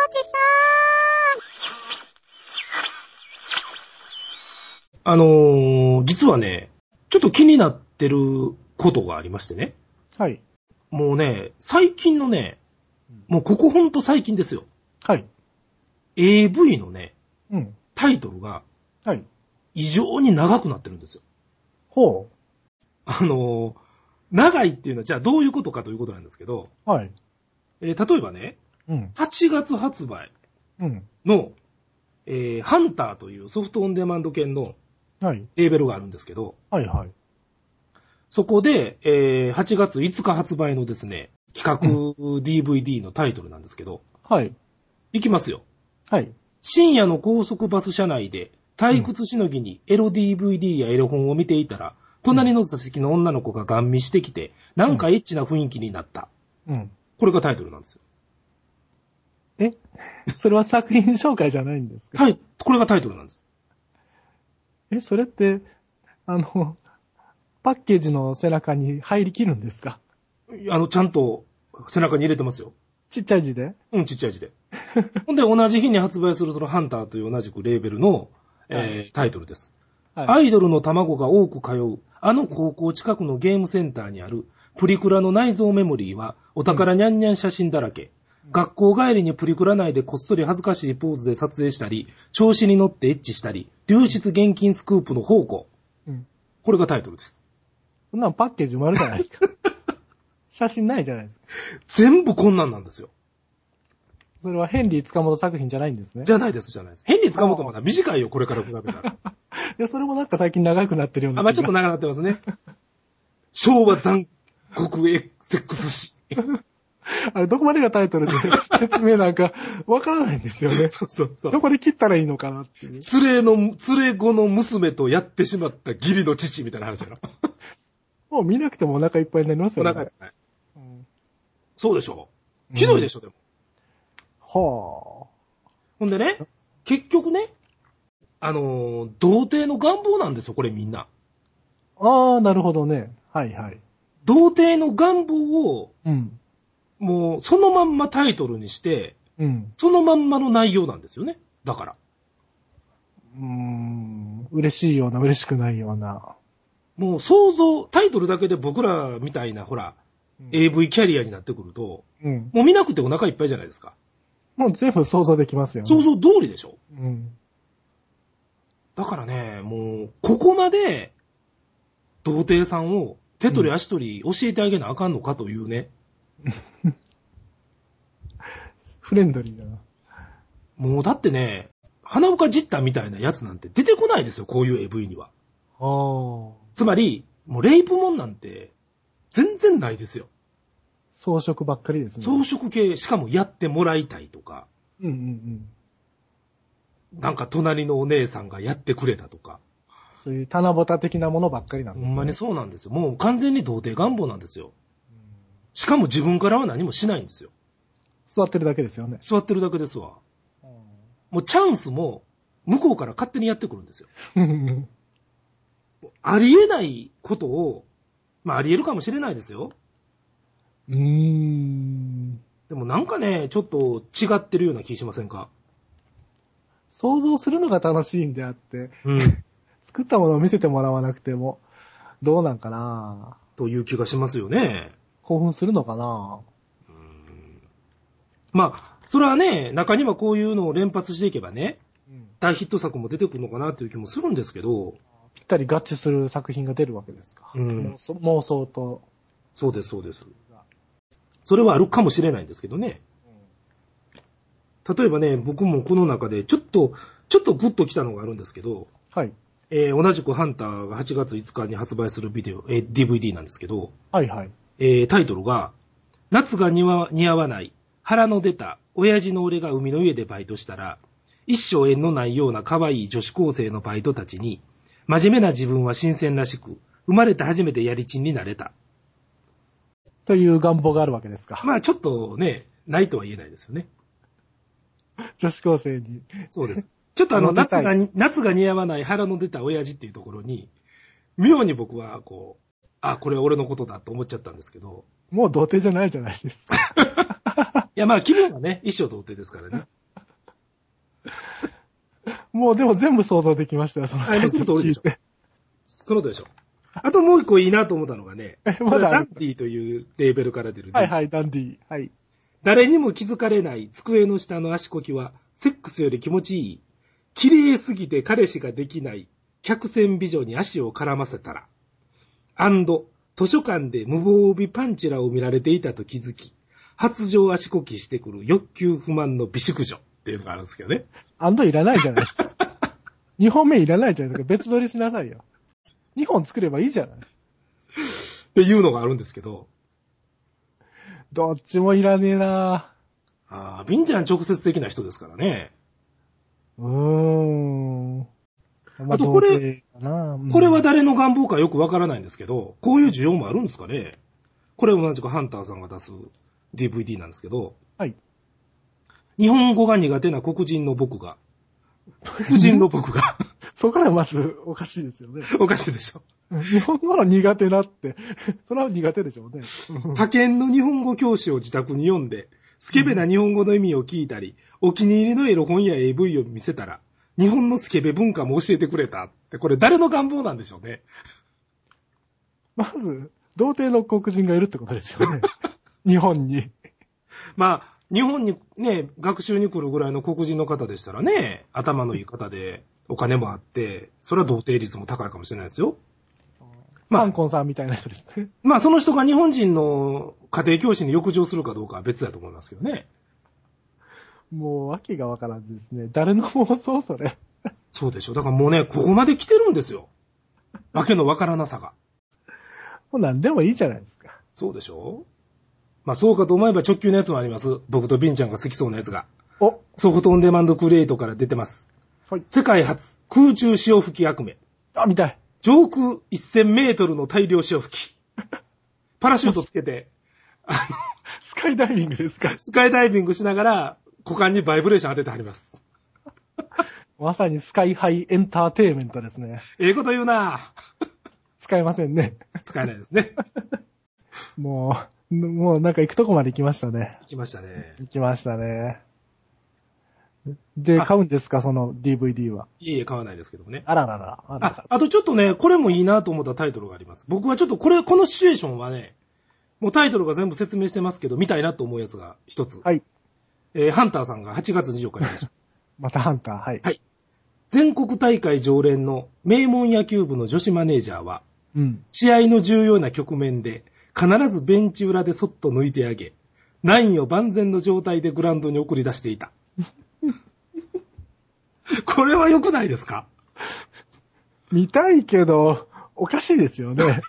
じさ実はね、ちょっと気になってることがありましてね。 はい。 もうね、最近のね、もうここほんと最近ですよ。 はい。 AV のね、 うん。 タイトルがはい。 異常に長くなってるんですよ。 ほ長いっていうのはじゃあどういうことかということなんですけど、 う。はい。 例えばね、 うん。 8月発売うん。 の、ハンターというソフトオンデマンド系のはい。 レーベルがあるんですけど、 はいはい。 そこで、8月5日発売のですね、企画 DVD のタイトルなんですけど、 はい。 いきますよ。 はい。 深夜の高速バス車内で退屈しのぎにエロ DVD やエロ本を見ていたら、隣の座席の女の子がガン見してきて、なんかエッチな雰囲気になった。 うん。 これがタイトルなんですよ。 えそれは作品紹介じゃないんですか？ はい、これがタイトルなんです。 それって、パッケージの背中に入りきるんですか？ ちゃんと背中に入れてますよ。 ちっちゃい字で？ うん、ちっちゃい字で。ほんで、同じ日に発売するそのハンターという同じくレーベルの、タイトルです。 はい。 アイドルの卵が多く通う、あの高校近くのゲームセンターにあるプリクラの内蔵メモリーはお宝にゃんにゃん写真だらけ。学校帰りにプリクラ内でこっそり恥ずかしいポーズで撮影したり、調子に乗ってエッチしたり、流出現金スクープの宝庫。 うん。 これがタイトルです。 そんなんパッケージ埋まるじゃないですか。写真ないじゃないですか。 全部こんなんなんですよ。 それはヘンリー塚本作品じゃないんですね。 じゃないです、じゃないです。ヘンリー塚本まだ短いよ、これから比べたら。 いや、それもなんか最近長くなってるような。 まあちょっと長くなってますね。昭和残酷セックス史。 あれ、どこまでがタイトルで説明なんかわからないんですよね。 そうそうそう。 どこで切ったらいいのかなっていう。 連れ子の娘とやってしまった義理の父みたいな話やろ。 もう見なくてもお腹いっぱいになりますよね。 お腹いっぱい。 うん、 そうでしょ。ひどいでしょ、でも。 はあ。 ほんでね、結局ね、童貞の願望なんですよ、これみんな。 ああ、なるほどね。はいはい。 童貞の願望を、 うん。 もう、そのまんまタイトルにして、 うん。 そのまんまの内容なんですよね。だから。 嬉しいような、嬉しくないような。 もうタイトルだけで僕らみたいな、ほら、AV キャリアになってくると、 うん。 もう見なくてお腹いっぱいじゃないですか。 もう全部想像できますよね。 想像通りでしょ。 うん。 だからね、もう、ここまで、童貞さんを手取り足取り教えてあげなあかんのかというね。 フレンドリーだな。 もうだってね、花岡ジッタみたいなやつなんて出てこないですよ、こういう AV には。 ああ。 つまり、もうレイプもんなんて、全然ないですよ。 装飾ばっかりですね。 装飾系、しかもやってもらいたいとか、 うんうんうん。 なんか隣のお姉さんがやってくれたとか。 そういう棚ぼた的なものばっかりなんですね。 ほんまにそうなんですよ。もう完全に童貞願望なんですよ。しかも自分からは何もしないんですよ。 座ってるだけですよね。 座ってるだけですわ。もうチャンスも向こうから勝手にやってくるんですよ。ありえないことを、まあありえるかもしれないですよ。でもなんかね、ちょっと違ってるような気しませんか？ 想像するのが楽しいんであって、 うん。 作ったものを見せてもらわなくても、どうなんかな。 という気がしますよね。 興奮するのかな。 まあ、それはね、中にはこういうのを連発していけばね、大ヒット作も出てくるのかなという気もするんですけど。 ぴったり合致する作品が出るわけですか。妄想と。 そうです、そうです。それはあるかもしれないんですけどね。例えばね、僕もこの中でちょっとグッときたのがあるんですけど、 はい。 同じくハンターが8月5日に発売するDVD なんですけど、 はいはい。 タイトルが、夏が似合わない、腹の出た、親父の俺が海の家でバイトしたら、一生縁のないような可愛い女子高生のバイトたちに、真面目な自分は新鮮らしく、生まれて初めてやりちんになれた。 という願望があるわけですか。 まあちょっとね、ないとは言えないですよね。 女子高生に。 そうです。ちょっと夏が似合わない腹の出た親父っていうところに、妙に僕はこれは俺のことだと思っちゃったんですけど。 もう童貞じゃないじゃないですか。 いやまあ気分はね、一生童貞ですからね。 もうでも全部想像できましたよ、そのその通りでしょ。その通りでしょ。あともう一個いいなと思ったのがね、 まだダンディというレーベルから出る、 はいはい、ダンディ。はい。 誰にも気づかれない机の下の足こきは、セックスより気持ちいい。綺麗すぎて彼氏ができない客船美女に足を絡ませたら。図書館で無防備パンチラを見られていたと気づき、発情足こきしてくる欲求不満の美淑女っていうのがあるんですけどね。 いらないじゃないですか。2本目いらないじゃないですか。別撮りしなさいよ。2本作ればいいじゃない。 っていうのがあるんですけど。 どっちもいらねえなビンちゃん直接的な人ですからね。 あとこれは誰の願望かよくわからないんですけど、こういう需要もあるんですかね。これ同じくハンターさんが出す DVD なんですけど、 はい。 日本語が苦手な黒人の僕が、 そこからまずおかしいですよね。 おかしいでしょ。 日本語が苦手なって、それは苦手でしょうね。 他県の日本語教師を自宅に読んで、スケベな日本語の意味を聞いたり、お気に入りのエロ本や AV を見せたら、日本のスケベ文化も教えてくれたって、これ誰の願望なんでしょうね。 まず、童貞の黒人がいるってことですよね。日本に。 まあ、日本にね、学習に来るぐらいの黒人の方でしたらね、頭のいい方でお金もあって、それは童貞率も高いかもしれないですよ。 サンコンさんみたいな人ですね。 まあ、その人が日本人の家庭教師に浴場するかどうかは別だと思いますけどね。 もう、わけがわからんですね。誰の妄想それ。 そうでしょ。だからもうね、ここまで来てるんですよ。わけのわからなさが。 もう何でもいいじゃないですか。 そうでしょ。まあ、そうかと思えば直球のやつもあります。僕とビンちゃんが好きそうなやつが。ソフトオンデマンドクリエイトから出てます。はい。世界初、空中潮吹き悪夢。 見たい。 上空1000メートルの大量潮吹き。パラシュートつけて、 スカイダイビングですか？ スカイダイビングしながら、股間にバイブレーション当ててはります。 まさにスカイハイエンターテイメントですね。 ええこと言うな使えませんね。 使えないですね。 もうなんか行くとこまで行きましたね。 行きましたね。 行きましたね。で、買うんですか、その DVD は。 いえいえ、買わないですけどもね。 あららら。 あとちょっとね、これもいいなと思ったタイトルがあります。僕はちょっとこのシチュエーションはね、もうタイトルが全部説明してますけど、見たいなと思うやつが一つ。 はい。 ハンターさんが8月24日に出します。 またハンター、はい。 はい。全国大会常連の名門野球部の女子マネージャーは、試合の重要な局面で必ずベンチ裏でそっと抜いてあげ、ナインを万全の状態でグラウンドに送り出していた。これは良くないですか？ 見たいけど、おかしいですよね。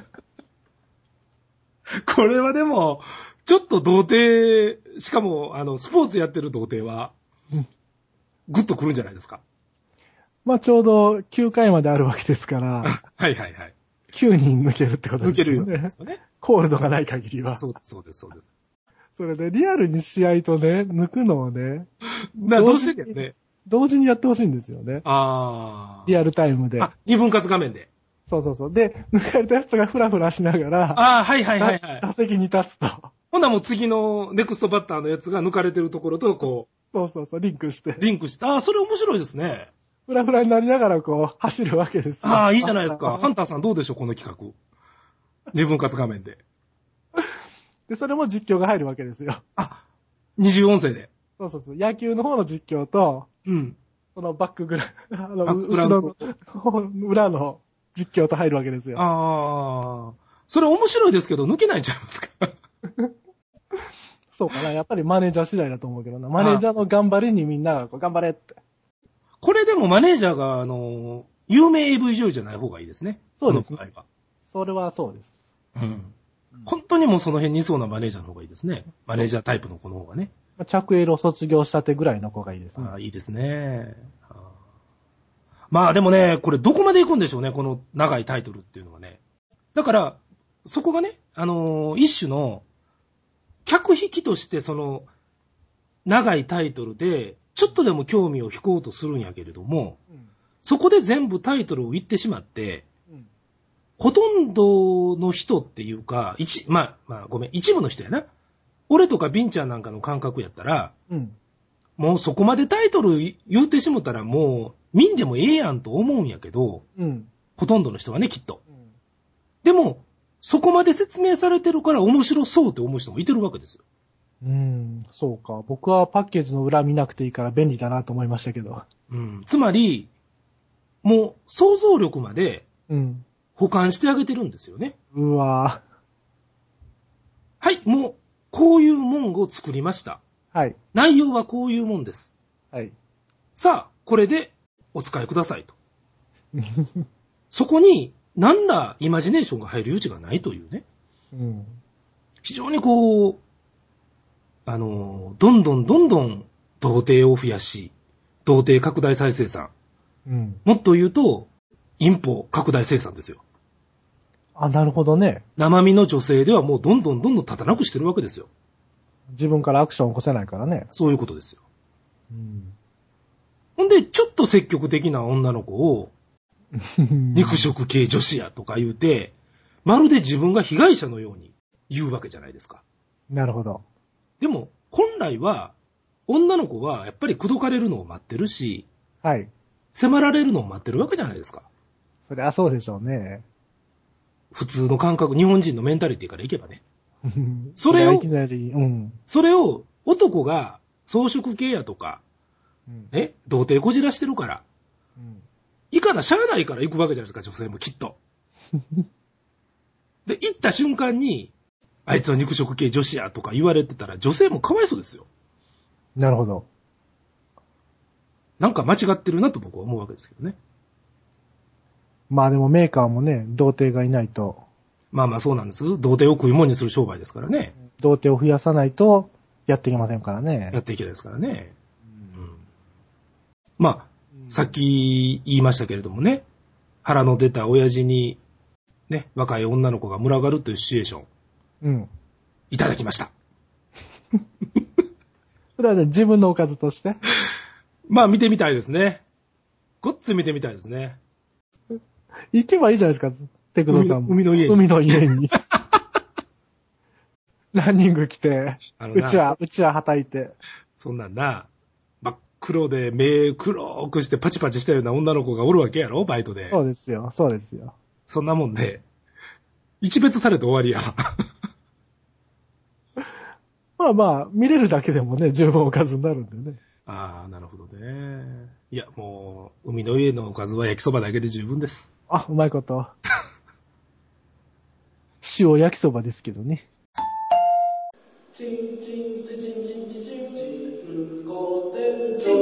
これはでも、ちょっと童貞、しかも、スポーツやってる童貞は、グッとくるんじゃないですか。 まあ、ちょうど9回まであるわけですから。 はいはいはい。 9人抜けるってことですよね。 抜けるですよね。 コールドがない限りは。 そうです、そうです、そうです。 それで、リアルに試合とね、抜くのをね。 どうしてですね。 同時にやってほしいんですよね。リアルタイムで。 二分割画面で。 そうそうそう。で、抜かれたやつがフラフラしながら。 はいはいはいはい。 打席に立つと。 ほんならもう次のネクストバッターのやつが抜かれてるところとこう。そうそうそう、リンクして。 それ面白いですね。 フラフラになりながらこう、走るわけですよ。 いいじゃないですか。ハンターさんどうでしょう、この企画。二分割画面で。 で、それも実況が入るわけですよ。 二重音声で。 そうそうそう。野球の方の実況と、そのバックグラウンド、後ろの裏の実況と入るわけですよ。 それ面白いですけど、抜けないんちゃいますか？ そうかな。やっぱりマネージャー次第だと思うけどな。マネージャーの頑張りにみんながこう頑張れって。 これでもマネージャーが、有名 AV 女優じゃない方がいいですね。 そうですね。それはそうです。 本当にもうその辺にいそうなマネージャーの方がいいですね。マネージャータイプの子の方がね。 着エロ卒業したてぐらいの子がいいですね。 いいですね。まあでもね、これどこまで行くんでしょうね、この長いタイトルっていうのはね。だから、そこがね、一種の、客引きとしてその、長いタイトルで、ちょっとでも興味を引こうとするんやけれども、そこで全部タイトルを言ってしまって、ほとんどの人っていうか、一部の人やな。俺とかビンちゃんなんかの感覚やったら、もうそこまでタイトル言うてしもたらもう見んでもええやんと思うんやけど、ほとんどの人はね、きっと。でも、そこまで説明されてるから面白そうって思う人もいてるわけですよ。 そうか。僕はパッケージの裏見なくていいから便利だなと思いましたけど。 つまり、もう想像力まで、保管してあげてるんですよね。 うわぁ。 はい、もう、こういうもんを作りました。 はい。 内容はこういうもんです。 はい。 さあ、これでお使いくださいと。そこに、何らイマジネーションが入る余地がないというね。非常にこう、どんどん童貞を増やし、童貞拡大再生産。もっと言うと、インポ拡大生産ですよ。 あ、なるほどね。 生身の女性ではもうどんどん立たなくしてるわけですよ。 自分からアクションを起こせないからね。 そういうことですよ。ほんで、ちょっと積極的な女の子を、肉食系女子やとか言うて、まるで自分が被害者のように言うわけじゃないですか。 なるほど。 でも、本来は、女の子はやっぱり口説かれるのを待ってるし、 はい。 迫られるのを待ってるわけじゃないですか。 そりゃそうでしょうね。 普通の感覚、日本人のメンタリティからいけばね。それを、 いきなり、 それを男が草食系やとか、童貞こじらしてるから、いかなしゃあないから行くわけじゃないですか、女性もきっと。で、行った瞬間に、あいつは肉食系女子やとか言われてたら、女性もかわいそうですよ。 なるほど。 なんか間違ってるなと僕は思うわけですけどね。 まあでもメーカーもね、童貞がいないと。 まあまあそうなんです。童貞を食い物にする商売ですからね。 童貞を増やさないとやっていけませんからね。 やっていけないですからね。まあ、さっき言いましたけれどもね、腹の出た親父に、ね、若い女の子が群がるというシチュエーション。いただきました。 それはね、自分のおかずとしてまあ見てみたいですね。ごっつ見てみたいですね。 行けばいいじゃないですか、テクノさんも。 海の家に。 海の家に。ランニング来て、うちは叩いて。 そんなんな、真っ黒で目黒くしてパチパチしたような女の子がおるわけやろ、バイトで。 そうですよ、そうですよ。 そんなもんで、一別されて終わりや。 まあまあ、見れるだけでもね、十分おかずになるんでね。 ああ、なるほどね。いや、もう、海の家のおかずは焼きそばだけで十分です。 あ、うまいこと。塩焼きそばですけどね。チンチンチチンチンチチンチンコテンチ